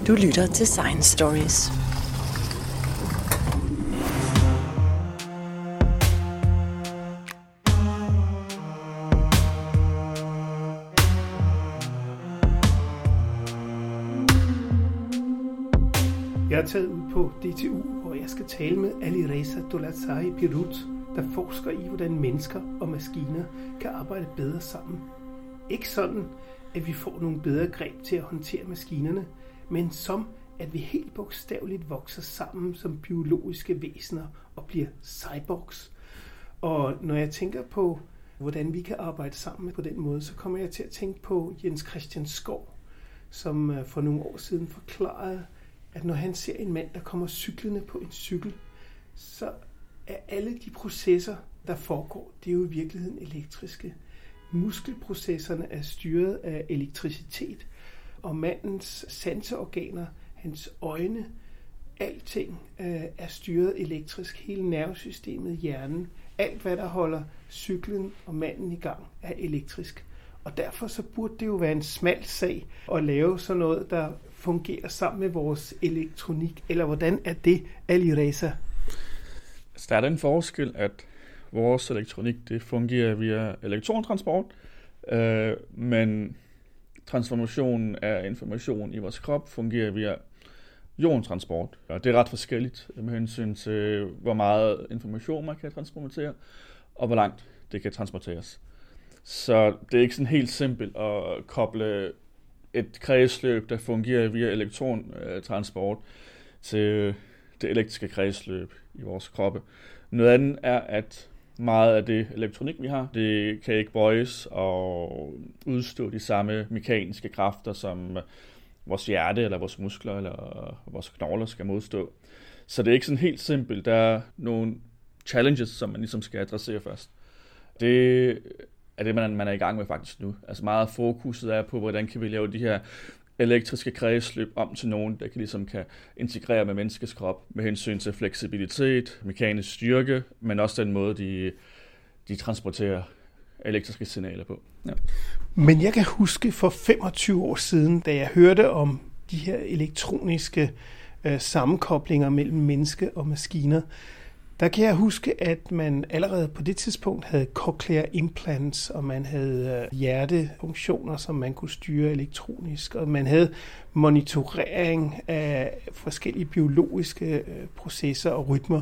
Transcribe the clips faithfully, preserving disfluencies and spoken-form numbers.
Du lytter til Science Stories. Jeg er taget ud på D T U, hvor jeg skal tale med Alireza Dolazai Pirut, der forsker i, hvordan mennesker og maskiner kan arbejde bedre sammen. Ikke sådan, at vi får nogle bedre greb til at håndtere maskinerne, men som, at vi helt bogstaveligt vokser sammen som biologiske væsener og bliver cyborgs. Og når jeg tænker på, hvordan vi kan arbejde sammen på den måde, så kommer jeg til at tænke på Jens Christian Skov, som for nogle år siden forklarede, at når han ser en mand, der kommer cyklende på en cykel, så er alle de processer, der foregår, det er jo i virkeligheden elektriske. Muskelprocesserne er styret af elektricitet, og mandens sanseorganer, hans øjne, alting øh, er styret elektrisk. Hele nervesystemet, hjernen, alt hvad der holder cyklen og manden i gang, er elektrisk. Og derfor så burde det jo være en smal sag at lave sådan noget, der fungerer sammen med vores elektronik. Eller hvordan er det, Alireza? Så der er den forskel, at vores elektronik det fungerer via elektrontransport, øh, men transformationen af information i vores krop fungerer via iontransport. Og det er ret forskelligt med hensyn til, hvor meget information man kan transportere, og hvor langt det kan transporteres. Så det er ikke sådan helt simpelt at koble et kredsløb, der fungerer via elektrontransport, til det elektriske kredsløb i vores kroppe. Noget andet er, at meget af det elektronik, vi har, det kan ikke bøjes og udstå de samme mekaniske kræfter, som vores hjerte eller vores muskler eller vores knogler skal modstå. Så det er ikke sådan helt simpelt. Der er nogle challenges, som man ligesom skal adressere først. Det er det, man er i gang med faktisk nu. Altså meget fokuset er på, hvordan kan vi lave de her elektriske kredsløb om til nogen, der kan ligesom kan integrere med menneskets krop med hensyn til fleksibilitet, mekanisk styrke, men også den måde, de, de transporterer elektriske signaler på. Ja. Men jeg kan huske for femogtyve år siden, da jeg hørte om de her elektroniske øh, sammenkoblinger mellem menneske og maskiner, der kan jeg huske, at man allerede på det tidspunkt havde cochlear implants, og man havde hjertefunktioner, som man kunne styre elektronisk, og man havde monitorering af forskellige biologiske processer og rytmer.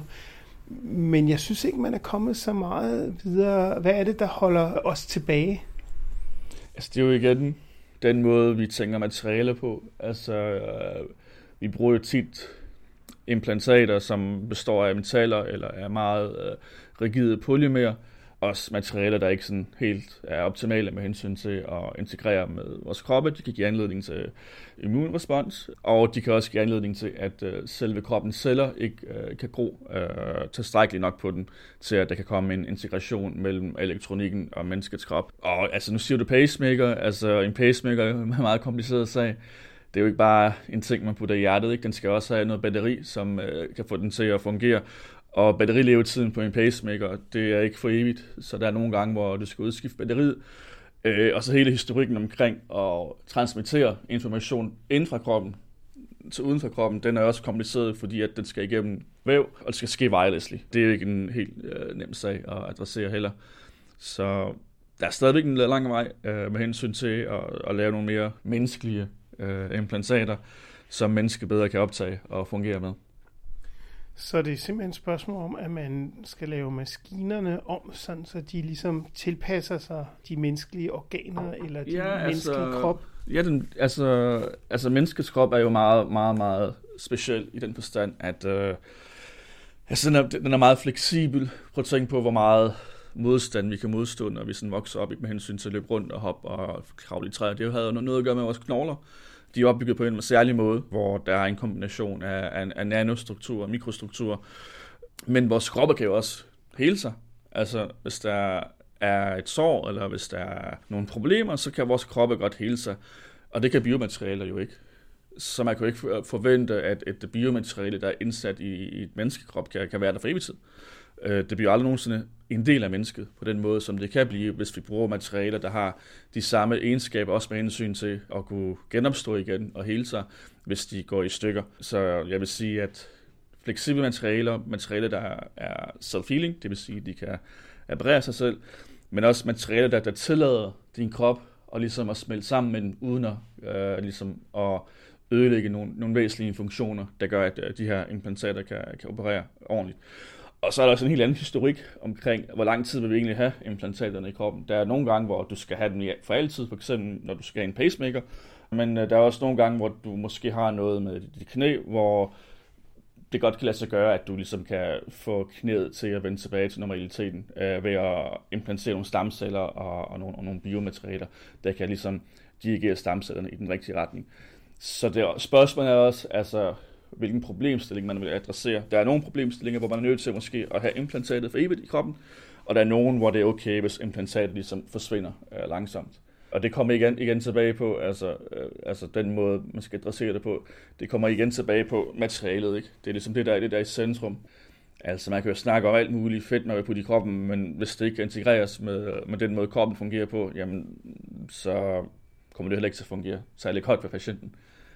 Men jeg synes ikke, man er kommet så meget videre. Hvad er det, der holder os tilbage? Altså, det er jo igen den måde, vi tænker materialer på. Altså, vi bruger jo tit implantater, som består af metaller eller er meget øh, rigide polymer, også materialer, der ikke sådan helt er optimale med hensyn til at integrere med vores kroppe. De kan give anledning til immunrespons, og de kan også give anledning til, at øh, selve kroppens celler ikke øh, kan gro øh, tilstrækkeligt nok på den, til at der kan komme en integration mellem elektronikken og menneskets krop. Og altså, nu siger du pacemaker, altså en pacemaker er en meget kompliceret sag. Det er jo ikke bare en ting, man putter i hjertet, ikke? Den skal også have noget batteri, som øh, kan få den til at fungere. Og batterilevetiden på en pacemaker, det er ikke for evigt, så der er nogle gange, hvor du skal udskifte batteriet. Øh, og så hele historikken omkring at transmittere information inden fra kroppen til uden for kroppen, den er også kompliceret, fordi at den skal igennem væv, og det skal ske wirelessly. Det er jo ikke en helt øh, nem sag at adressere heller. Så der er stadigvæk en lang vej øh, med hensyn til at, at lave nogle mere menneskelige øh, implantater, som mennesker bedre kan optage og fungere med. Så det er simpelthen et spørgsmål om, at man skal lave maskinerne om, sådan, så de ligesom tilpasser sig de menneskelige organer eller de ja, menneskelige altså, krop? Ja, den, altså, altså menneskets krop er jo meget, meget, meget speciel i den forstand, at øh, altså, den, er, den er meget fleksibel. Prøv at tænke på, hvor meget modstand vi kan modstå, når vi sådan vokser op med hensyn til at løbe rundt og hoppe og kravle i træer. Det har jo noget at gøre med vores knogler. De er opbygget på en særlig måde, hvor der er en kombination af, af, af nanostruktur og mikrostruktur. Men vores kroppe kan jo også hele sig. Altså, hvis der er et sår, eller hvis der er nogle problemer, så kan vores kroppe godt hele sig. Og det kan biomaterialer jo ikke. Så man kan jo ikke forvente, at et biomateriale, der er indsat i, i et menneskekrop, kan, kan være der for evig tid. Øh, det bliver aldrig nogensinde en del af mennesket på den måde, som det kan blive, hvis vi bruger materialer, der har de samme egenskaber, også med hensyn til at kunne genopstå igen og hele sig, hvis de går i stykker. Så jeg vil sige, at fleksible materialer, materialer, der er self-healing, det vil sige, at de kan reparere sig selv, men også materialer, der, der tillader din krop at, ligesom at smelte sammen, men uden at, øh, ligesom at ødelægge nogle, nogle væsentlige funktioner, der gør, at de her implantater kan, kan operere ordentligt. Og så er der også en helt anden historik omkring, hvor lang tid vil vi egentlig have implantaterne i kroppen. Der er nogle gange, hvor du skal have dem for altid, for eksempel når du skal have en pacemaker. Men der er også nogle gange, hvor du måske har noget med dit knæ, hvor det godt kan lade sig gøre, at du ligesom kan få knæet til at vende tilbage til normaliteten øh, ved at implantere nogle stamceller og, og, nogle, og nogle biomaterialer, der kan ligesom dirigere stamcellerne i den rigtige retning. Så det spørgsmålet er også, altså, hvilken problemstilling man vil adressere. Der er nogle problemstillinger, hvor man er nødt til måske at have implantatet for evigt i kroppen, og der er nogen, hvor det er okay, hvis implantatet ligesom forsvinder øh, langsomt. Og det kommer igen, igen tilbage på, altså, øh, altså den måde, man skal adressere det på, det kommer igen tilbage på materialet, ikke? Det er ligesom det, der er, det der er i centrum. Altså man kan jo snakke om alt muligt fedt, når vi putter i kroppen, men hvis det ikke kan integreres med, med den måde, kroppen fungerer på, jamen, så kommer det heller ikke til at fungere særlig godt for patienten.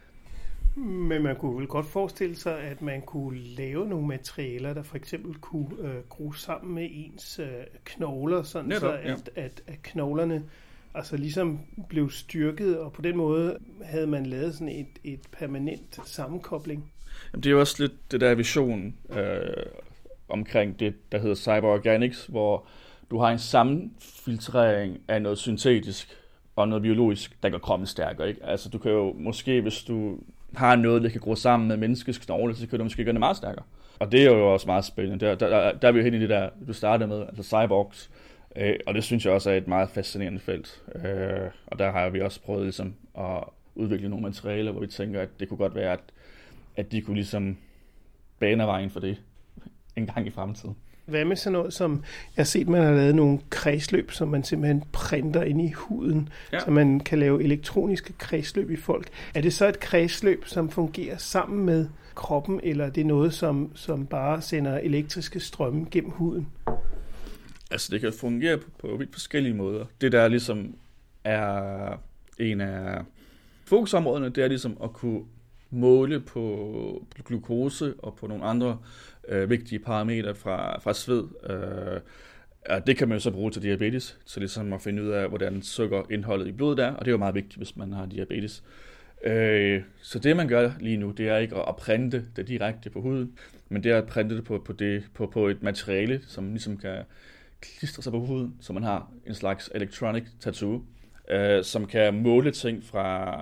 Men man kunne vel godt forestille sig, at man kunne lave nogle materialer, der for eksempel kunne øh, grue sammen med ens øh, knogler, sådan Netop, så at, ja. at, at knoglerne altså ligesom blev styrket, og på den måde havde man lavet sådan et, et permanent sammenkobling. Jamen, det er jo også lidt det der vision øh, omkring det, der hedder cyberorganics, hvor du har en sammenfiltrering af noget syntetisk og noget biologisk, der gør kroppen stærkere, ikke? Altså du kan jo måske, hvis du har noget, der kan gro sammen med menneskets knogle, så kan du måske gøre det meget stærkere. Og det er jo også meget spændende. Der, der, der, der er vi jo hen i det der, du startede med, altså cyborgs. Øh, og det synes jeg også er et meget fascinerende felt. Øh, og der har vi også prøvet ligesom, at udvikle nogle materialer, hvor vi tænker, at det kunne godt være, at, at de kunne ligesom bane vejen for det en gang i fremtiden. Hvad med sådan noget, som jeg har set, man har lavet nogle kredsløb, som man simpelthen printer ind i huden, ja. Så man kan lave elektroniske kredsløb i folk. Er det så et kredsløb, som fungerer sammen med kroppen, eller er det noget, som, som bare sender elektriske strømme gennem huden? Altså det kan fungere på, på vidt forskellige måder. Det der ligesom er en af fokusområderne, det er ligesom at kunne måle på glukose og på nogle andre øh, vigtige parametre fra, fra sved. Øh, og det kan man jo så bruge til diabetes, så ligesom at finde ud af, hvordan sukkerindholdet i blodet er, og det er jo meget vigtigt, hvis man har diabetes. Øh, så det man gør lige nu, det er ikke at printe det direkte på huden, men det er at printe det på, på, det, på, på et materiale, som ligesom kan klistre sig på huden, så man har en slags electronic tattoo, øh, som kan måle ting fra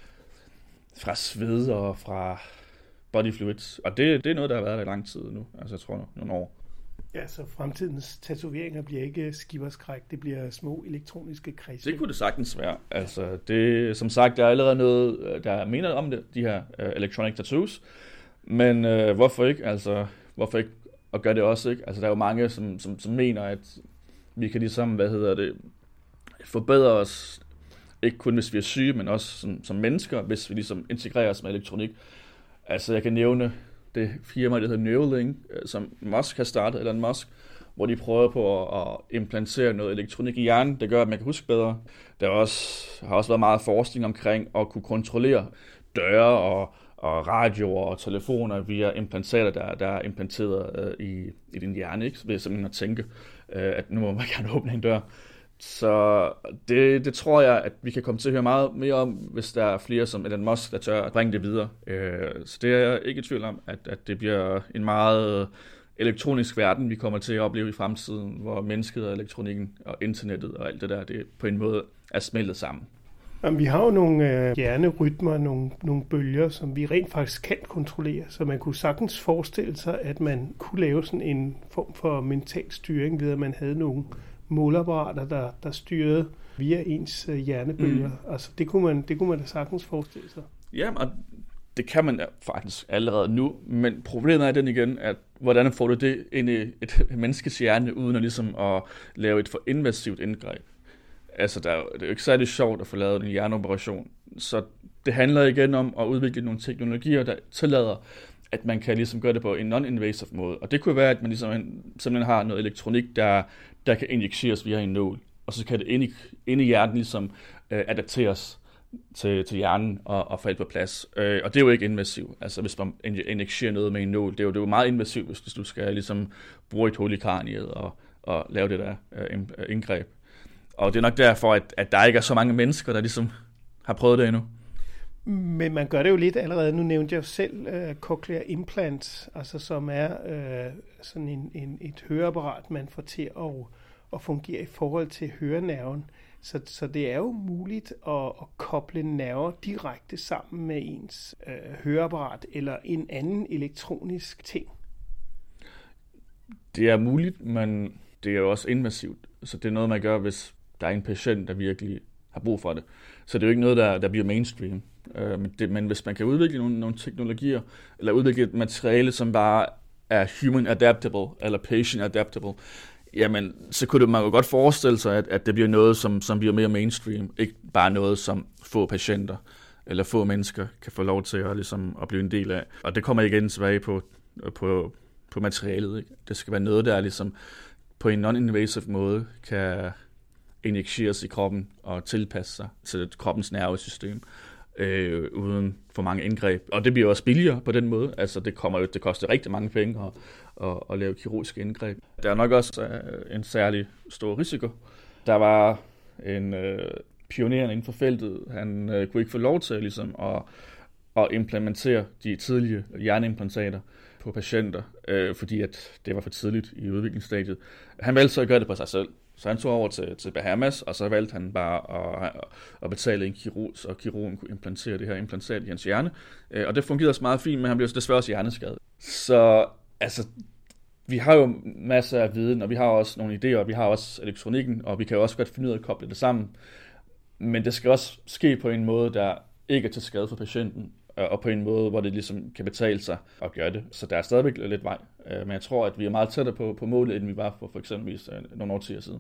fra sved og fra body fluids. Og det, det er noget, der har været der i lang tid nu. Altså jeg tror nogle år. Ja, så fremtidens tatoveringer bliver ikke skiverskræk, det bliver små elektroniske kredsløb. Det kunne det sagtens være. Altså det, som sagt, der er allerede noget, der mener om det, de her uh, electronic tattoos. Men uh, hvorfor ikke? Altså, hvorfor ikke at gøre det også, ikke? Altså der er jo mange, som, som, som mener, at vi kan ligesom, hvad hedder det, forbedre os, ikke kun hvis vi er syge, men også som, som mennesker, hvis vi ligesom integrerer os med elektronik. Altså jeg kan nævne det firma, der hedder Neuralink, som Musk har startet, eller en Musk, hvor de prøver på at, at implantere noget elektronik i hjernen, der gør, at man kan huske bedre. Der er også, har også været meget forskning omkring at kunne kontrollere døre og, og radioer og telefoner via implantater, der, der er implanteret uh, i, i din hjerne, ikke? Ved simpelthen at tænke, uh, at nu må man gerne åbne en dør. Så det, det tror jeg, at vi kan komme til at høre meget mere om, hvis der er flere som Elon Musk, der tør at bringe det videre. Så det er jeg ikke i tvivl om, at, at det bliver en meget elektronisk verden, vi kommer til at opleve i fremtiden, hvor mennesket og elektronikken og internettet og alt det der, det på en måde er smeltet sammen. Jamen, vi har jo nogle øh, hjernerytmer, nogle, nogle bølger, som vi rent faktisk kan kontrollere, så man kunne sagtens forestille sig, at man kunne lave sådan en form for mental styring ved, at man havde nogle måleapparater, der, der styrede via ens øh, hjernebølger. Mm. Altså, det kunne, man, det kunne man da sagtens forestille sig. Ja, og det kan man faktisk allerede nu, men problemet er den igen, at hvordan får du det ind i et menneskes hjerne, uden at, ligesom at lave et for invasivt indgreb. Altså, der er, det er jo ikke særlig sjovt at få lavet en hjerneoperation. Så det handler igen om at udvikle nogle teknologier, der tillader, at man kan ligesom gøre det på en non-invasive måde. Og det kunne være, at man ligesom simpelthen har noget elektronik, der, der kan injiceres via en nål. Og så kan det inde i, inde i hjernen ligesom øh, adapteres til, til hjernen og, og falde på plads. Øh, og det er jo ikke invasivt. Altså hvis man injicerer noget med en nål, det er jo, det er jo meget invasivt, hvis du skal ligesom bruge et hul i kraniet og, og lave det der øh, indgreb. Og det er nok derfor, at, at der ikke er så mange mennesker, der ligesom har prøvet det endnu. Men man gør det jo lidt allerede. Nu nævnte jeg jo selv uh, cochlear implants, altså som er uh, sådan en, en, et høreapparat, man får til at, at fungere i forhold til hørenerven. Så, så det er jo muligt at, at koble nerver direkte sammen med ens uh, høreapparat eller en anden elektronisk ting. Det er muligt, men det er jo også invasivt. Så det er noget, man gør, hvis der er en patient, der virkelig har brug for det. Så det er jo ikke noget, der, der bliver mainstream. Uh, men, det, men hvis man kan udvikle nogle, nogle teknologier, eller udvikle et materiale, som bare er human adaptable, eller patient adaptable, jamen, så kunne man jo godt forestille sig, at, at det bliver noget, som, som bliver mere mainstream. Ikke bare noget, som få patienter eller få mennesker kan få lov til at, ligesom, at blive en del af. Og det kommer igen tilbage på, på, på materialet. Ikke? Det skal være noget, der ligesom, på en non-invasive måde kan injiceres i kroppen og tilpasse sig til kroppens nervesystem. Øh, uden for mange indgreb. Og det bliver også billigere på den måde. Altså det kommer jo, det koster rigtig mange penge at, at, at lave kirurgiske indgreb. Der er nok også uh, en særlig stor risiko. Der var en uh, pioner inden for feltet. Han uh, kunne ikke få lov til ligesom, at, at implementere de tidlige hjerneimplantater på patienter, uh, fordi at det var for tidligt i udviklingsstadiet. Han valgte så at gøre det på sig selv. Så han tog over til, til Bahamas, og så valgte han bare at, at betale en kirurg, så kirurgen kunne implantere det her implantat i hans hjerne. Og det fungerede også meget fint, men han blev desværre også hjerneskadet. Så altså, vi har jo masser af viden, og vi har også nogle idéer, og vi har også elektronikken, og vi kan jo også godt finde ud af at koble det sammen. Men det skal også ske på en måde, der ikke er til skade for patienten, og på en måde, hvor det ligesom kan betale sig at gøre det. Så der er stadigvæk lidt vej. Men jeg tror, at vi er meget tættere på, på målet, end vi var for for eksempel nogle årtier siden.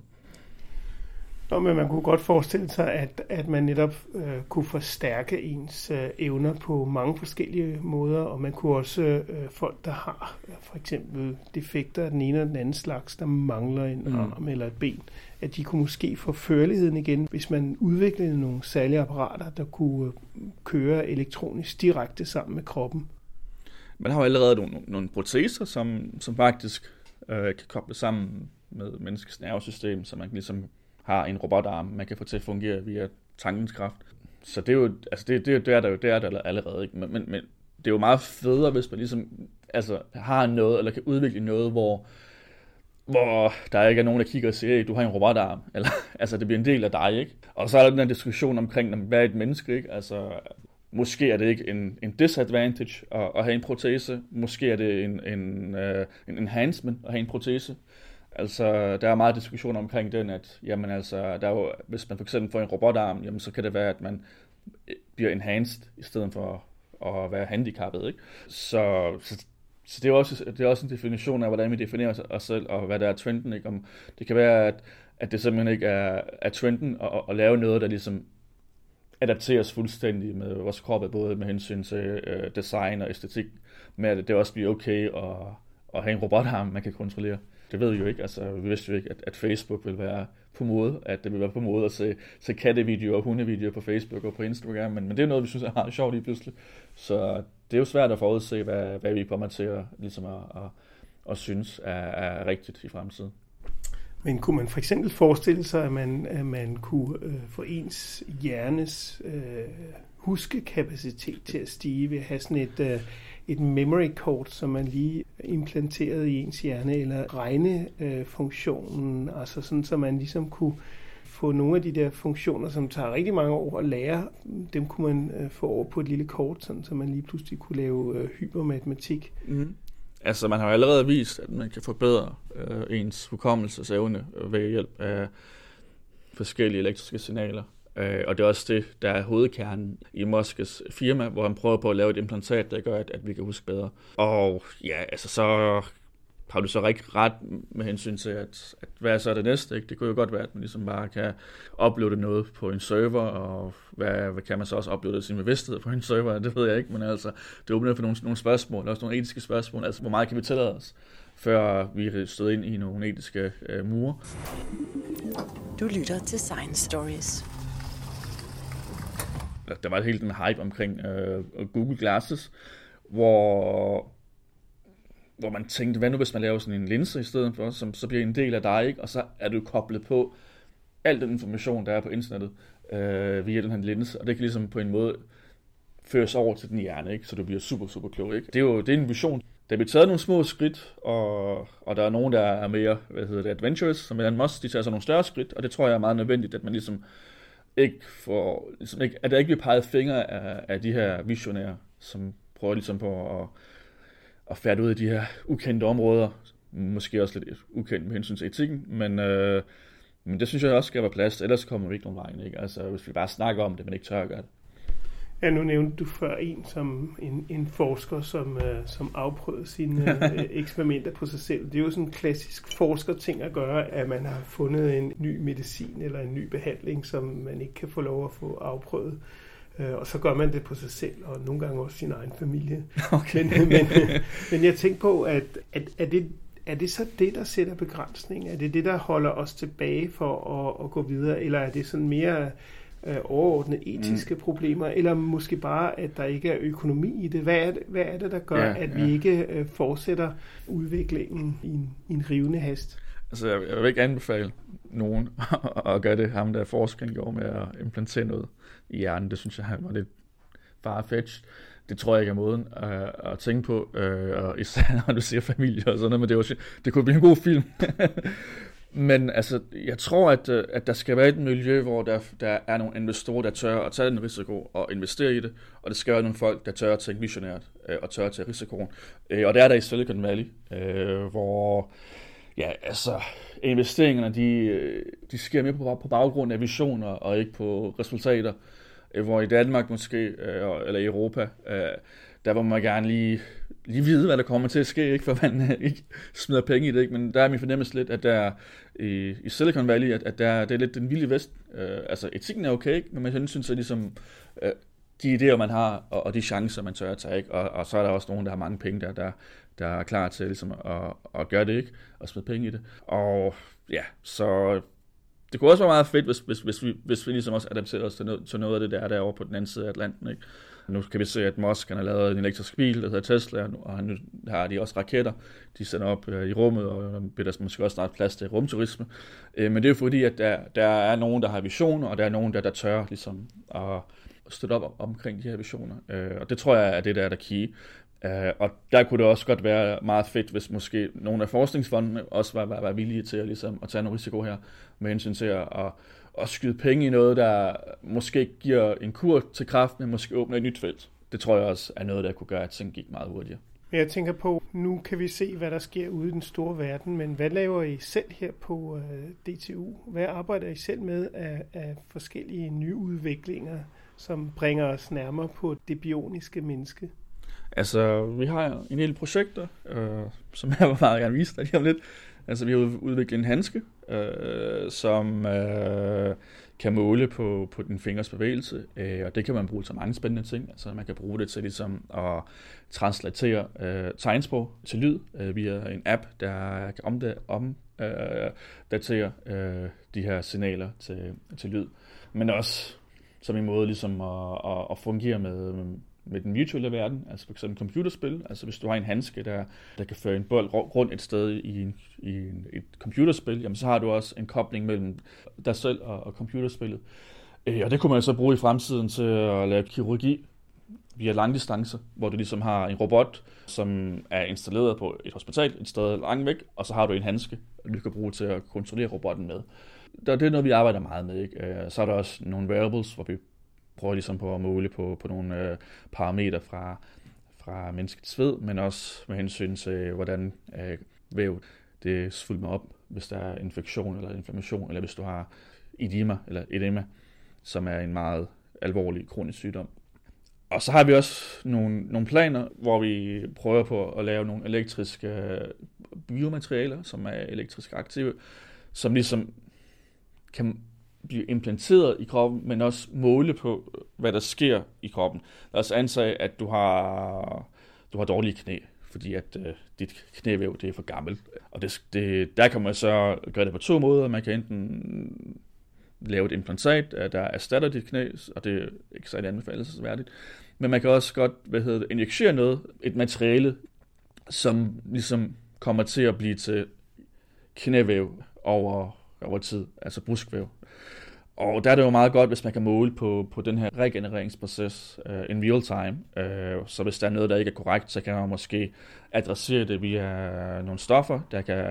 Nå, men man kunne godt forestille sig, at, at man netop øh, kunne forstærke ens øh, evner på mange forskellige måder, og man kunne også øh, folk, der har øh, for eksempel defekter af den ene eller den anden slags, der mangler en mm. arm eller et ben, at de kunne måske få førligheden igen, hvis man udviklede nogle særlige apparater, der kunne øh, køre elektronisk direkte sammen med kroppen. Man har jo allerede nogle, nogle proteser, som, som faktisk øh, kan koble sammen med menneskets nervesystem, så man ligesom har en robotarm, man kan få til at fungere via tankens kraft. Så det er jo, altså det, det, det er der jo det er der allerede, ikke? Men, men, men det er jo meget federe, hvis man ligesom altså, har noget, eller kan udvikle noget, hvor, hvor der ikke er nogen, der kigger og siger, du har en robotarm, eller altså det bliver en del af dig, ikke? Og så er der den her diskussion omkring, hvad er et menneske, ikke? Altså, måske er det ikke en, en disadvantage at, at have en protese, måske er det en, en, uh, en enhancement at have en protese. Altså, der er meget diskussion omkring den, at jamen, altså, der er jo, hvis man for eksempel får en robotarm, jamen, så kan det være, at man bliver enhanced, i stedet for at være handicappet, ikke? Så, så, så det, er også, det er også en definition af, hvordan vi definerer os selv, og hvad der er trenden, ikke? Om, det kan være, at, at det simpelthen ikke er, er trenden at, at lave noget, der ligesom adapteres fuldstændig med vores krop, både med hensyn til øh, design og æstetik, med at det også bliver okay at, at have en robotarm, man kan kontrollere. Det ved vi jo ikke. Altså, vi vidste jo ikke, at, at Facebook vil være på mode, at det vil være på mode at se, se kattevideoer og hundevideoer på Facebook og på Instagram, men, men det er noget, vi synes er sjovt lige pludselig. Så det er jo svært at forudse, hvad, hvad vi kommer til at, ligesom at, at, at synes er, er rigtigt i fremtiden. Men kunne man for eksempel forestille sig, at man, at man kunne øh, få ens hjernes øh, huskekapacitet til at stige ved at have sådan et, øh, et memory code, som man lige implanterede i ens hjerne, eller regnefunktionen, øh, altså sådan, så man ligesom kunne få nogle af de der funktioner, som tager rigtig mange år at lære, dem kunne man øh, få over på et lille kort, sådan, så man lige pludselig kunne lave øh, hypermatematik. Mm-hmm. Altså, man har jo allerede vist, at man kan forbedre øh, ens hukommelsesevne ved hjælp af forskellige elektriske signaler. Øh, og det er også det, der er hovedkernen i Musks firma, hvor han prøver på at lave et implantat, der gør, at, at vi kan huske bedre. Og ja, altså så har du så ikke ret med hensyn til, at, at hvad er så det næste? Ikke? Det kunne jo godt være, at man ligesom bare kan uploade noget på en server, og hvad, hvad kan man så også uploade sin bevidsthed på en server? Det ved jeg ikke, men altså, det åbner for nogle, nogle spørgsmål, også nogle etiske spørgsmål. Altså, hvor meget kan vi tillade os, før vi stod ind i nogle etiske øh, mure? Du lytter til Science Stories. Der var helt en hype omkring øh, Google Glasses, hvor, hvor man tænkte, hvad nu hvis man laver sådan en linse i stedet for, som så bliver en del af dig, ikke? Og så er du koblet på al den information, der er på internettet øh, via den her linse, og det kan ligesom på en måde føres over til den hjerne, ikke? Så du bliver super, super klog. Ikke? Det er jo det er en vision. Der bliver taget nogle små skridt, og, og der er nogen, der er mere, hvad hedder det, adventurous, som Elon Musk, de tager så nogle større skridt, og det tror jeg er meget nødvendigt, at man ligesom ikke får, ligesom ikke, at der ikke bliver peget fingre af, af de her visionære, som prøver ligesom på at, at færde ud af de her ukendte områder, måske også lidt ukendt med hensyn til etikken, men, øh, men det synes jeg også skal være plads, ellers kommer vi ikke nogen vej, ikke? Altså hvis vi bare snakker om det, men ikke tør at gøre det. Ja, nu nævnte du før en som en, en forsker, som, øh, som afprøvede sine øh, eksperimenter på sig selv. Det er jo sådan en klassisk forskerting at gøre, at man har fundet en ny medicin eller en ny behandling, som man ikke kan få lov at få afprøvet. Øh, og så gør man det på sig selv, og nogle gange også sin egen familie. Okay. Men, men, men jeg tænker på, at, at, at det er det så det, der sætter begrænsning? Er det det, der holder os tilbage for at, at gå videre? Eller er det sådan mere overordnede etiske mm. problemer, eller måske bare, at der ikke er økonomi i det? Hvad er det, hvad er det der gør, ja, at vi ja. ikke uh, fortsætter udviklingen i en, i en rivende hast? Altså, jeg, jeg vil ikke anbefale nogen at gøre det. Ham, der forskeren gjorde med at implantere noget i hjernen, det synes jeg var lidt farfetched. Det tror jeg ikke er måden uh, at tænke på, uh, og især når du siger familie og sådan noget, men det, var, det kunne blive en god film. Men altså, jeg tror, at, at der skal være et miljø, hvor der, der er nogle investorer, der tør at tage den risiko og investere i det, og det skal være nogle folk, der tør at tænke visionært øh, og tør at tage risikoen. Øh, og det er der i Silicon Valley, øh, hvor ja, altså, investeringerne de, de sker mere på, på baggrund af visioner og ikke på resultater. Øh, hvor i Danmark måske, øh, eller i Europa, øh, der må man gerne lige, lige vide, hvad der kommer til at ske, ikke? For man øh, ikke smider penge i det. Ikke? Men der er min fornemmelse lidt, at der i, i Silicon Valley, at, at der, det er lidt den vilde vest. Øh, altså etikken er okay, ikke? Men man synes, at ligesom, øh, de idéer, man har, og, og de chancer, man tør at tage. Ikke? Og, og så er der også nogen, der har mange penge, der, der, der er klar til ligesom, at, at gøre det, ikke? Og smide penge i det. Og ja, så det kunne også være meget fedt, hvis, hvis, hvis, vi, hvis vi ligesom også adapterer os til noget, til noget af det, der er derovre på den anden side af Atlanten, ikke? Nu kan vi se, at Musk han har lavet en elektrisk bil, der hedder Tesla, og han, nu har de også raketter, de sender op øh, i rummet, og der bliver der måske også snart plads til rumturisme. Øh, men det er jo fordi, at der, der er nogen, der har visioner, og der er nogen, der, der tør ligesom, at støtte op omkring de her visioner. Øh, og det tror jeg er det, der er der key. Uh, og der kunne det også godt være meget fedt, hvis måske nogle af forskningsfondene også var, var, var villige til at, ligesom, at tage nogle risiko her, med hensyn til at, at, at skyde penge i noget, der måske giver en kur til kræft, men måske åbner et nyt felt. Det tror jeg også er noget, der kunne gøre, at ting gik meget hurtigere. Jeg tænker på, nu kan vi se, hvad der sker ude i den store verden, men hvad laver I selv her på uh, D T U? Hvad arbejder I selv med af, af forskellige nyudviklinger, som bringer os nærmere på det bioniske menneske? Altså, vi har en del projekter, øh, som jeg vil meget gerne vise dig lige om lidt. Altså, vi har udviklet en handske, øh, som øh, kan måle på, på den fingers bevægelse, øh, og det kan man bruge til mange spændende ting. Altså, man kan bruge det til ligesom at translatere øh, tegnsprog til lyd øh, via en app, der kan omdatere om, øh, datere, øh, de her signaler til, til lyd. Men også som en måde ligesom at, at, at fungere med med den virtuelle verden, altså for eksempel computerspil. Altså hvis du har en handske, der, der kan føre en bold rundt et sted i, en, i en, et computerspil, jamen så har du også en kobling mellem dig selv og, og computerspillet. Øh, og det kunne man så bruge i fremtiden til at lave kirurgi via langdistancer, hvor du ligesom har en robot, som er installeret på et hospital et sted langt væk, og så har du en handske, du kan bruge til at kontrollere robotten med. Det er noget, vi arbejder meget med, ikke? Øh, så er der også nogle wearables, hvor vi prøver ligesom på at måle på, på nogle øh, parametre fra, fra menneskets sved, men også med hensyn til, hvordan øh, væv det svulmer op, hvis der er infektion eller inflammation, eller hvis du har edema, eller edema, som er en meget alvorlig kronisk sygdom. Og så har vi også nogle, nogle planer, hvor vi prøver på at lave nogle elektriske biomaterialer, som er elektrisk aktive, som ligesom kan blive implanteret i kroppen, men også måle på, hvad der sker i kroppen. Lad os antage, at du har, du har dårlige knæ, fordi at øh, dit knævæv det er for gammelt. Og det, det, der kan man så gøre det på to måder. Man kan enten lave et implantat, der erstatter dit knæ, og det er ikke særlig anbefalelsesværdigt. Men man kan også godt hvad hedder det, injicere noget, et materiale, som ligesom kommer til at blive til knævæv over, over tid, altså bruskvæv. Og der er det jo meget godt, hvis man kan måle på, på den her regenereringsproces uh, in real time. Uh, så hvis der er noget, der ikke er korrekt, så kan man måske adressere det via nogle stoffer, der kan,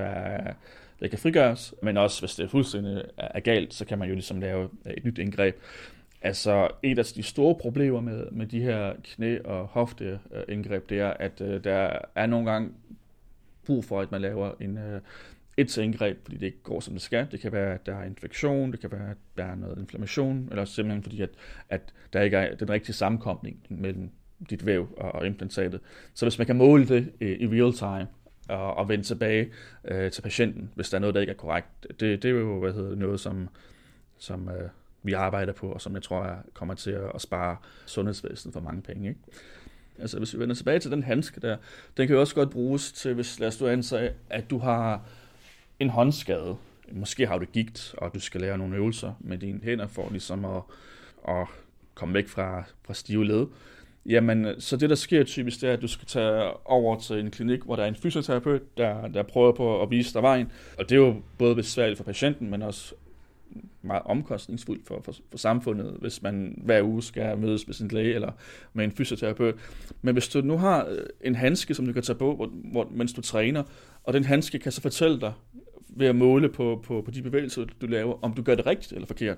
der kan frigøres. Men også hvis det er fuldstændig er galt, så kan man jo ligesom lave et nyt indgreb. Altså et af de store problemer med, med de her knæ- og hofteindgreb, det er, at uh, der er nogle gange brug for, at man laver en... Uh, et til indgreb, fordi det ikke går, som det skal. Det kan være, at der er infektion, det kan være, at der er noget inflammation, eller simpelthen fordi, at, at der ikke er den rigtige sammenkobling mellem dit væv og, og implantatet. Så hvis man kan måle det i, i real time, og, og vende tilbage øh, til patienten, hvis der er noget, der ikke er korrekt, det, det er jo hvad hedder, noget, som, som øh, vi arbejder på, og som jeg tror, jeg kommer til at, at spare sundhedsvæsenet for mange penge, ikke? Altså hvis vi vender tilbage til den handske der, den kan jo også godt bruges til, hvis lad os du antage, at du har en håndskade. Måske har du gigt, og du skal lære nogle øvelser med dine hænder for ligesom at, at komme væk fra, fra stive led. Jamen, så det der sker typisk, det er, at du skal tage over til en klinik, hvor der er en fysioterapeut, der, der prøver på at vise dig vejen. Og det er jo både besværligt for patienten, men også meget omkostningsfuldt for, for, for samfundet, hvis man hver uge skal mødes med sin læge eller med en fysioterapeut. Men hvis du nu har en handske, som du kan tage på, hvor, hvor, mens du træner, og den handske kan så fortælle dig, ved at måle på, på, på de bevægelser, du laver, om du gør det rigtigt eller forkert.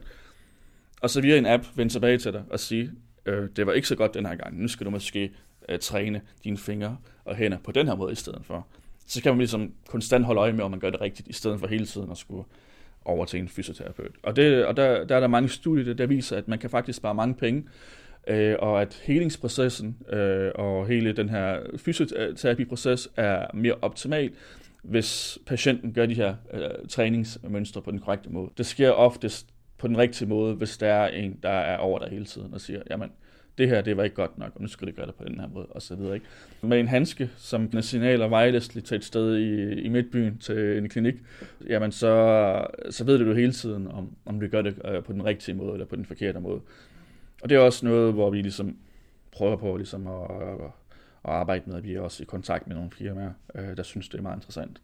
Og så via en app vende tilbage til dig og sige, øh, det var ikke så godt den her gang, nu skal du måske øh, træne dine fingre og hænder på den her måde i stedet for. Så kan man ligesom konstant holde øje med, om man gør det rigtigt, i stedet for hele tiden at skulle over til en fysioterapeut. Og, det, og der, der er der mange studier, der viser, at man kan faktisk spare mange penge, øh, og at helingsprocessen øh, og hele den her fysioterapiproces er mere optimal, hvis patienten gør de her øh, træningsmønstre på den korrekte måde. Det sker oftest på den rigtige måde, hvis der er en, der er over der hele tiden og siger, jamen, det her, det var ikke godt nok, og nu skal det gøre det på den her måde, og så videre, ikke? Med en handske, som kan signaler wirelessly til et sted i, i midtbyen til en klinik, jamen, så, så ved du jo hele tiden, om, om du gør det øh, på den rigtige måde, eller på den forkerte måde. Og det er også noget, hvor vi ligesom prøver på ligesom at, at, at arbejde med, at vi er også i kontakt med nogle firmaer, øh, der synes, det er meget interessant.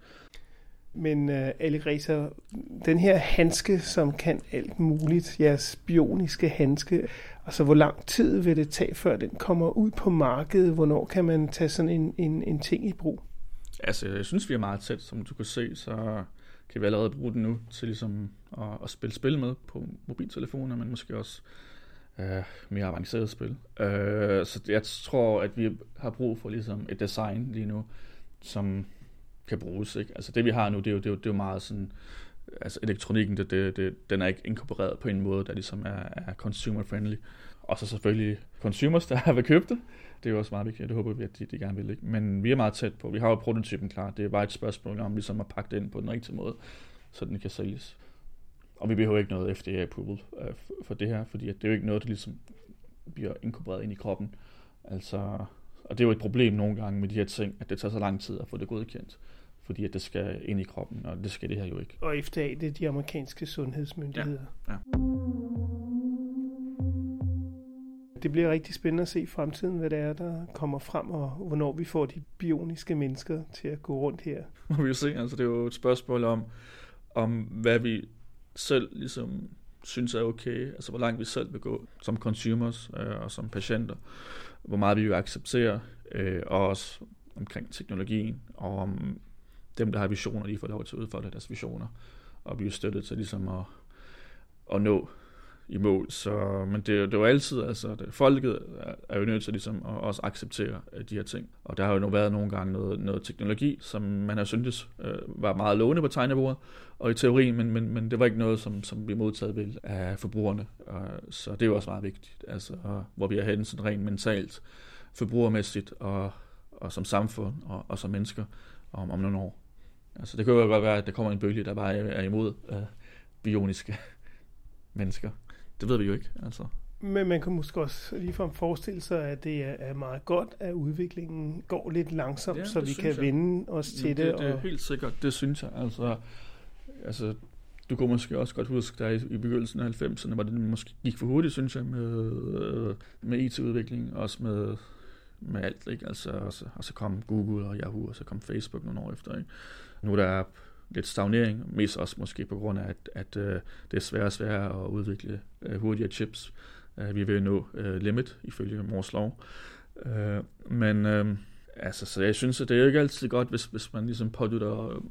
Men uh, Alireza, den her handske, som kan alt muligt, jeres bioniske handske, altså hvor lang tid vil det tage, før den kommer ud på markedet? Hvornår kan man tage sådan en, en, en ting i brug? Altså, jeg synes, vi er meget tæt, som du kan se, så kan vi allerede bruge den nu til ligesom at, at spille spil med på mobiltelefoner, men måske også uh, mere avanceret spil. Uh, så jeg tror, at vi har brug for ligesom et design lige nu, som kan bruges, ikke? Altså det vi har nu, det er jo, det er jo, det er jo meget sådan, altså elektronikken, det, det, det, den er ikke inkorporeret på en måde, der ligesom er, er consumer friendly. Og så selvfølgelig consumers, der vil købe det. Det er jo også meget vigtigt, det håber vi, at de, de gerne vil, ikke? Men vi er meget tæt på, vi har jo prototypen klar, det er bare et spørgsmål om ligesom at pakke det ind på den rigtige måde, så den kan sælges. Og vi behøver ikke noget F D A approval uh, for det her, fordi at det er jo ikke noget, der ligesom bliver inkorporeret ind i kroppen. Altså, og det er jo et problem nogle gange med de her ting, at det tager så lang tid at få det godkendt, fordi at det skal ind i kroppen, og det skal det her jo ikke. Og F D A, det er de amerikanske sundhedsmyndigheder. Ja, ja. Det bliver rigtig spændende at se i fremtiden, hvad det er, der kommer frem, og hvornår vi får de bioniske mennesker til at gå rundt her. Må vi jo se, altså det er jo et spørgsmål om, om hvad vi selv ligesom synes er okay, altså hvor langt vi selv vil gå som consumers øh, og som patienter, hvor meget vi jo accepterer, øh, og også omkring teknologien, og om dem, der har visioner, de får lov til at udfolde deres visioner, og vi er støttet til ligesom at, at nå i mål. Så, men det, det er jo altid, altså det, folket er, er jo nødt til ligesom at også acceptere de her ting. Og der har jo nu været nogle gange noget, noget teknologi, som man har syntes øh, var meget lovende på tegnebordet og i teorien, men, men, men det var ikke noget, som, som blev modtaget vel af forbrugerne. Og, så det er jo også meget vigtigt, altså, hvor vi er henne sådan rent mentalt, forbrugermæssigt og, og som samfund og, og som mennesker om, om nogle år. Altså, det kan jo godt være, at der kommer en bølge, der bare er imod øh, bioniske mennesker. Det ved vi jo ikke. Altså. Men man kan måske også ligefrem forestille sig, at det er meget godt, at udviklingen går lidt langsomt, ja, så vi kan jeg. vende os til det. Det, og... det er helt sikkert, det synes jeg. Altså, altså, du kunne måske også godt huske, der i, i begyndelsen af halvfemserne, hvor det måske gik for hurtigt, synes jeg, med, med I T-udvikling, også med, med alt. Ikke? Altså, og, så, og så kom Google og Yahoo, og så kom Facebook nogle år efter. Ikke? Nu der er lidt stagnering, mest også måske på grund af, at, at uh, det er sværere og sværere at udvikle uh, hurtigere chips. Uh, vi vil nå uh, limit, ifølge Moores lov. Uh, men uh, altså, så jeg synes, at det er ikke altid godt, hvis, hvis man ligesom pådutter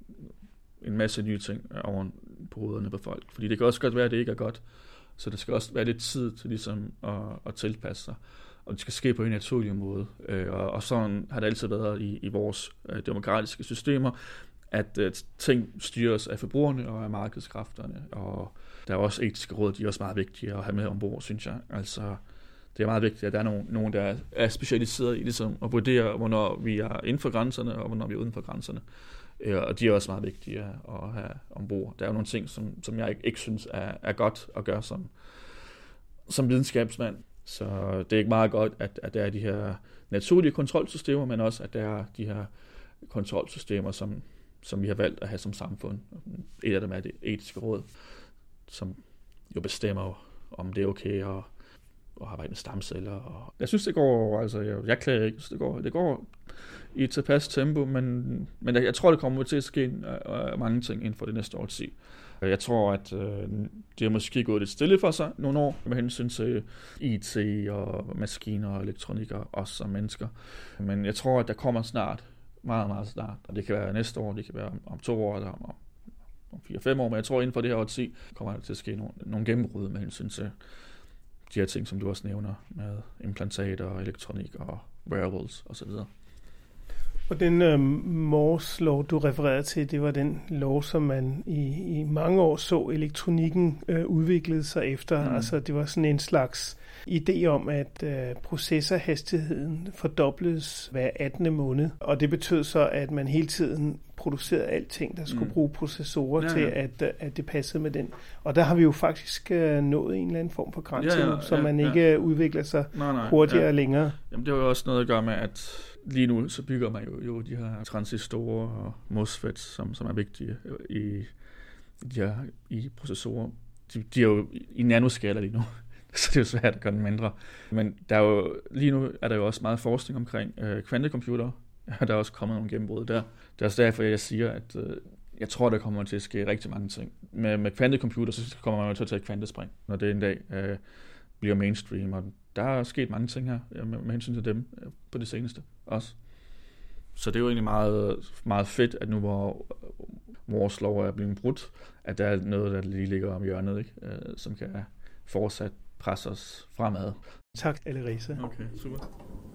en masse nye ting over på hovederne på folk. Fordi det kan også godt være, at det ikke er godt. Så det skal også være lidt tid til ligesom at, at tilpasse sig. Og det skal ske på en naturlig måde. Uh, og, og sådan har det altid været i, i vores uh, demokratiske systemer, at uh, ting styres af forbrugerne og af markedskræfterne, og der er også etiske råd, de er også meget vigtige at have med ombord, synes jeg. Altså, det er meget vigtigt, at der er nogen, nogen der er specialiseret i ligesom, at vurdere, hvornår vi er inden for grænserne, og hvornår vi er uden for grænserne. Uh, og de er også meget vigtige at have ombord. Der er jo nogle ting, som, som jeg ikke, ikke synes er, er godt at gøre som, som videnskabsmand. Så det er ikke meget godt, at, at der er de her naturlige kontrolsystemer, men også, at der er de her kontrolsystemer, som som vi har valgt at have som samfund. Et af dem er det etiske råd, som jo bestemmer, om det er okay at, at arbejde med stamceller. Og jeg synes, det går, altså jeg, jeg klager ikke, det går, det går i et tilpas tempo, men, men jeg, jeg tror, det kommer til at ske uh, mange ting inden for det næste årti. Jeg tror, at uh, det er måske gået lidt stille for sig nogle år med hensyn til I T og maskiner og elektronik og os som mennesker. Men jeg tror, at der kommer snart meget, meget snart. Og det kan være næste år, det kan være om, om to år, eller om, om fire-fem år, men jeg tror, inden for det her årti kommer der til at ske nogle, nogle gennembrud med hensyn til de her ting, som du også nævner, med implantater og elektronik og wearables osv. Og den øh, Moores lov, du refererede til, det var den lov, som man i, i mange år så elektronikken øh, udviklede sig efter. Mm. Altså, det var sådan en slags idé om, at øh, processorhastigheden fordobledes hver attende måned. Og det betød så, at man hele tiden producerede alting, der skulle mm. bruge processorer ja, ja. til, at, at det passede med den. Og der har vi jo faktisk øh, nået en eller anden form for grænse, ja, ja, så ja, man ikke ja. udvikler sig nej, nej, hurtigere ja. længere. Jamen, det har jo også noget at gøre med, at lige nu så bygger man jo, jo de her transistorer og MOSFETs, som, som er vigtige i, de her, i processorer. De, de er jo i nanoskala lige nu, så det er jo svært at gøre den mindre. Men der er jo, lige nu er der jo også meget forskning omkring øh, kvantecomputere. Der er også kommet nogle gennembrud der. Det er også derfor, jeg siger, at øh, jeg tror, der kommer til at ske rigtig mange ting. Med, med kvantecomputer, så kommer man jo til at tage et kvantespring, når det en dag øh, bliver mainstream. Og der er sket mange ting her med, med hensyn til dem øh, på det seneste også. Så det er jo egentlig meget, meget fedt, at nu hvor Moores lov er blevet brudt, at der er noget, der lige ligger om hjørnet, ikke? Øh, som kan fortsat presse os fremad. Tak, Alireza. Okay, super.